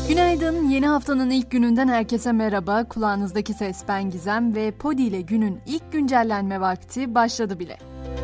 Günaydın, yeni haftanın ilk gününden herkese merhaba. Kulağınızdaki ses ben Gizem ve Podi ile günün ilk güncellenme vakti başladı bile.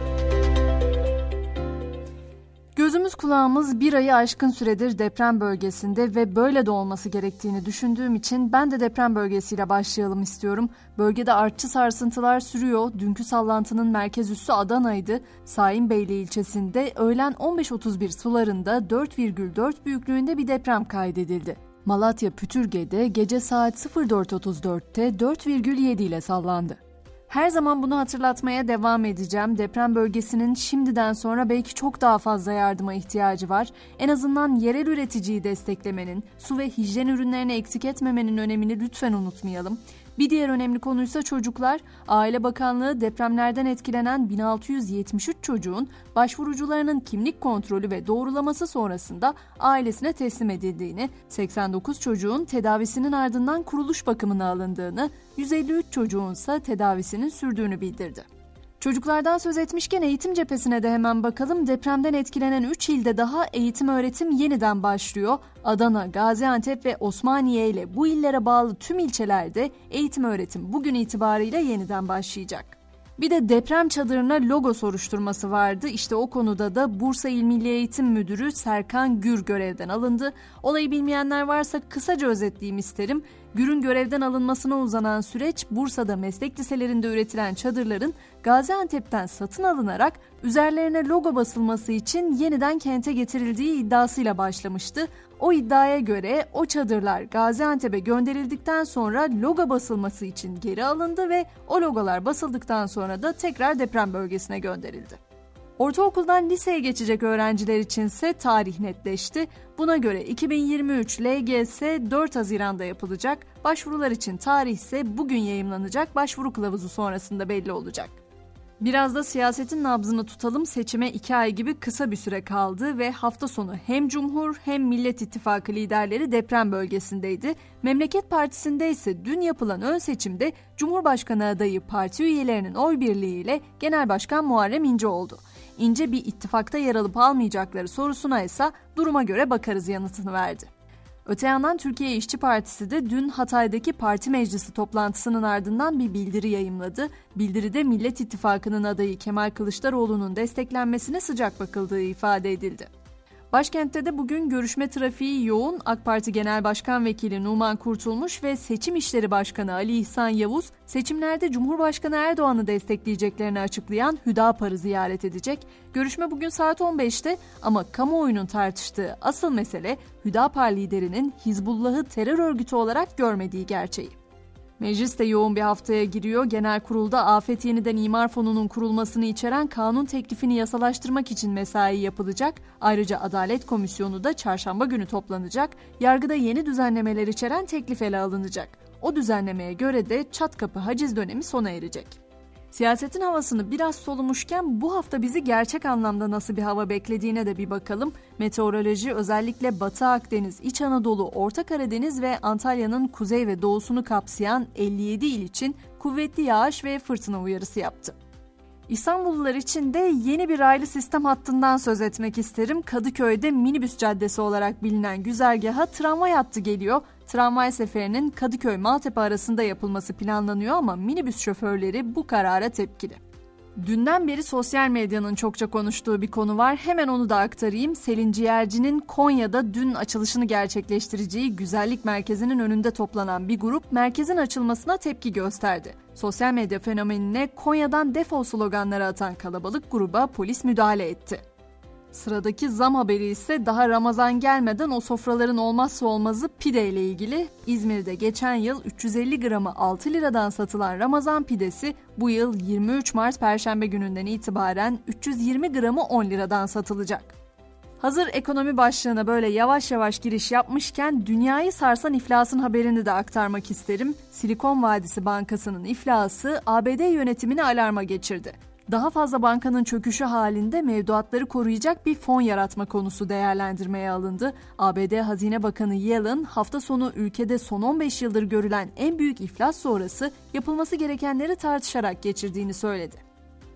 Gözümüz kulağımız bir ayı aşkın süredir deprem bölgesinde ve böyle de olması gerektiğini düşündüğüm için ben de deprem bölgesiyle başlayalım istiyorum. Bölgede artçı sarsıntılar sürüyor. Dünkü sallantının merkez üssü Adana'ydı. Saimbeyli ilçesinde öğlen 15.31 sularında 4,4 büyüklüğünde bir deprem kaydedildi. Malatya Pütürge'de gece saat 04.34'te 4,7 ile sallandı. Her zaman bunu hatırlatmaya devam edeceğim. Deprem bölgesinin şimdiden sonra belki çok daha fazla yardıma ihtiyacı var. En azından yerel üreticiyi desteklemenin, su ve hijyen ürünlerini eksik etmemenin önemini lütfen unutmayalım. Bir diğer önemli konuysa çocuklar. Aile Bakanlığı depremlerden etkilenen 1673 çocuğun başvurucularının kimlik kontrolü ve doğrulaması sonrasında ailesine teslim edildiğini, 89 çocuğun tedavisinin ardından kuruluş bakımına alındığını, 153 çocuğun ise tedavisinin sürdüğünü bildirdi. Çocuklardan söz etmişken eğitim cephesine de hemen bakalım. Depremden etkilenen 3 ilde daha eğitim öğretim yeniden başlıyor. Adana, Gaziantep ve Osmaniye ile bu illere bağlı tüm ilçelerde eğitim öğretim bugün itibariyle yeniden başlayacak. Bir de deprem çadırına logo soruşturması vardı. İşte o konuda da Bursa İl Milli Eğitim Müdürü Serkan Gür görevden alındı. Olayı bilmeyenler varsa kısaca özetleyeyim isterim. Gür'ün görevden alınmasına uzanan süreç Bursa'da meslek liselerinde üretilen çadırların Gaziantep'ten satın alınarak üzerlerine logo basılması için yeniden kente getirildiği iddiasıyla başlamıştı. O iddiaya göre o çadırlar Gaziantep'e gönderildikten sonra logo basılması için geri alındı ve o logolar basıldıktan sonra da tekrar deprem bölgesine gönderildi. Ortaokuldan liseye geçecek öğrenciler içinse tarih netleşti. Buna göre 2023 LGS 4 Haziran'da yapılacak. Başvurular için tarih ise bugün yayımlanacak. Başvuru kılavuzu sonrasında belli olacak. Biraz da siyasetin nabzını tutalım. Seçime 2 ay gibi kısa bir süre kaldı ve hafta sonu hem Cumhur hem Millet İttifakı liderleri deprem bölgesindeydi. Memleket Partisi'nde ise dün yapılan ön seçimde Cumhurbaşkanı adayı parti üyelerinin oy birliğiyle Genel Başkan Muharrem İnce oldu. İnce bir ittifakta yer alıp almayacakları sorusuna ise duruma göre bakarız yanıtını verdi. Öte yandan Türkiye İşçi Partisi de dün Hatay'daki parti meclisi toplantısının ardından bir bildiri yayımladı. Bildiride Millet İttifakı'nın adayı Kemal Kılıçdaroğlu'nun desteklenmesine sıcak bakıldığı ifade edildi. Başkentte de bugün görüşme trafiği yoğun. AK Parti Genel Başkan Vekili Numan Kurtulmuş ve Seçim İşleri Başkanı Ali İhsan Yavuz, seçimlerde Cumhurbaşkanı Erdoğan'ı destekleyeceklerini açıklayan Hüdapar'ı ziyaret edecek. Görüşme bugün saat 15'te ama kamuoyunun tartıştığı asıl mesele Hüdapar liderinin Hizbullah'ı terör örgütü olarak görmediği gerçeği. Meclis de yoğun bir haftaya giriyor. Genel Kurul'da Afet Yeniden İmar Fonu'nun kurulmasını içeren kanun teklifini yasalaştırmak için mesai yapılacak. Ayrıca Adalet Komisyonu da çarşamba günü toplanacak. Yargıda yeni düzenlemeler içeren teklif ele alınacak. O düzenlemeye göre de çat kapı haciz dönemi sona erecek. Siyasetin havasını biraz solumuşken bu hafta bizi gerçek anlamda nasıl bir hava beklediğine de bir bakalım. Meteoroloji özellikle Batı Akdeniz, İç Anadolu, Orta Karadeniz ve Antalya'nın kuzey ve doğusunu kapsayan 57 il için kuvvetli yağış ve fırtına uyarısı yaptı. İstanbullular için de yeni bir raylı sistem hattından söz etmek isterim. Kadıköy'de minibüs caddesi olarak bilinen güzergaha tramvay hattı geliyor. Tramvay seferinin Kadıköy-Maltepe arasında yapılması planlanıyor ama minibüs şoförleri bu karara tepkili. Dünden beri sosyal medyanın çokça konuştuğu bir konu var. Hemen onu da aktarayım. Selin Ciğerci'nin Konya'da dün açılışını gerçekleştireceği güzellik merkezinin önünde toplanan bir grup merkezin açılmasına tepki gösterdi. Sosyal medya fenomenine Konya'dan defol sloganları atan kalabalık gruba polis müdahale etti. Sıradaki zam haberi ise daha Ramazan gelmeden o sofraların olmazsa olmazı pide ile ilgili. İzmir'de geçen yıl 350 gramı 6 liradan satılan Ramazan pidesi bu yıl 23 Mart Perşembe gününden itibaren 320 gramı 10 liradan satılacak. Hazır ekonomi başlığına böyle yavaş yavaş giriş yapmışken dünyayı sarsan iflasın haberini de aktarmak isterim. Silikon Vadisi Bankası'nın iflası ABD yönetimini alarma geçirdi. Daha fazla bankanın çöküşü halinde mevduatları koruyacak bir fon yaratma konusu değerlendirmeye alındı. ABD Hazine Bakanı Yellen hafta sonu ülkede son 15 yıldır görülen en büyük iflas sonrası yapılması gerekenleri tartışarak geçirdiğini söyledi.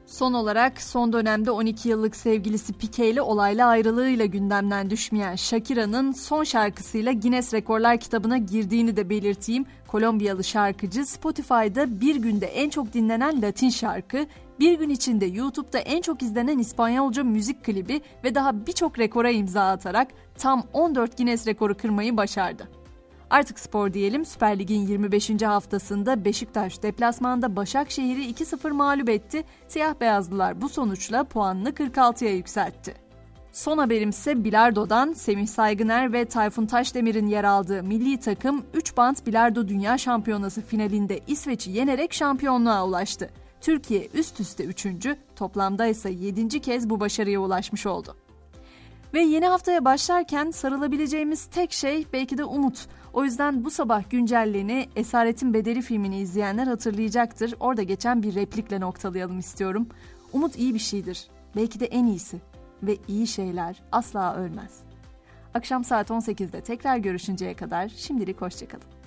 Son olarak son dönemde 12 yıllık sevgilisi Piqué ile olaylı ayrılığıyla gündemden düşmeyen Shakira'nın son şarkısıyla Guinness Rekorlar kitabına girdiğini de belirteyim. Kolombiyalı şarkıcı Spotify'da bir günde en çok dinlenen Latin şarkı, bir gün içinde YouTube'da en çok izlenen İspanyolca müzik klibi ve daha birçok rekora imza atarak tam 14 Guinness rekoru kırmayı başardı. Artık spor diyelim. Süper Lig'in 25. haftasında Beşiktaş deplasmanda Başakşehir'i 2-0 mağlup etti. Siyah beyazlılar bu sonuçla puanını 46'ya yükseltti. Son haberimse bilardodan. Semih Saygıner ve Tayfun Taşdemir'in yer aldığı milli takım 3 bant bilardo dünya şampiyonası finalinde İsveç'i yenerek şampiyonluğa ulaştı. Türkiye üst üste 3. toplamda ise 7. kez bu başarıya ulaşmış oldu. Ve yeni haftaya başlarken sarılabileceğimiz tek şey belki de umut. O yüzden bu sabah güncelliğini Esaretin Bedeli filmini izleyenler hatırlayacaktır. Orada geçen bir replikle noktalayalım istiyorum. Umut iyi bir şeydir. Belki de en iyisi. Ve iyi şeyler asla ölmez. Akşam saat 18'de tekrar görüşünceye kadar şimdilik hoşçakalın.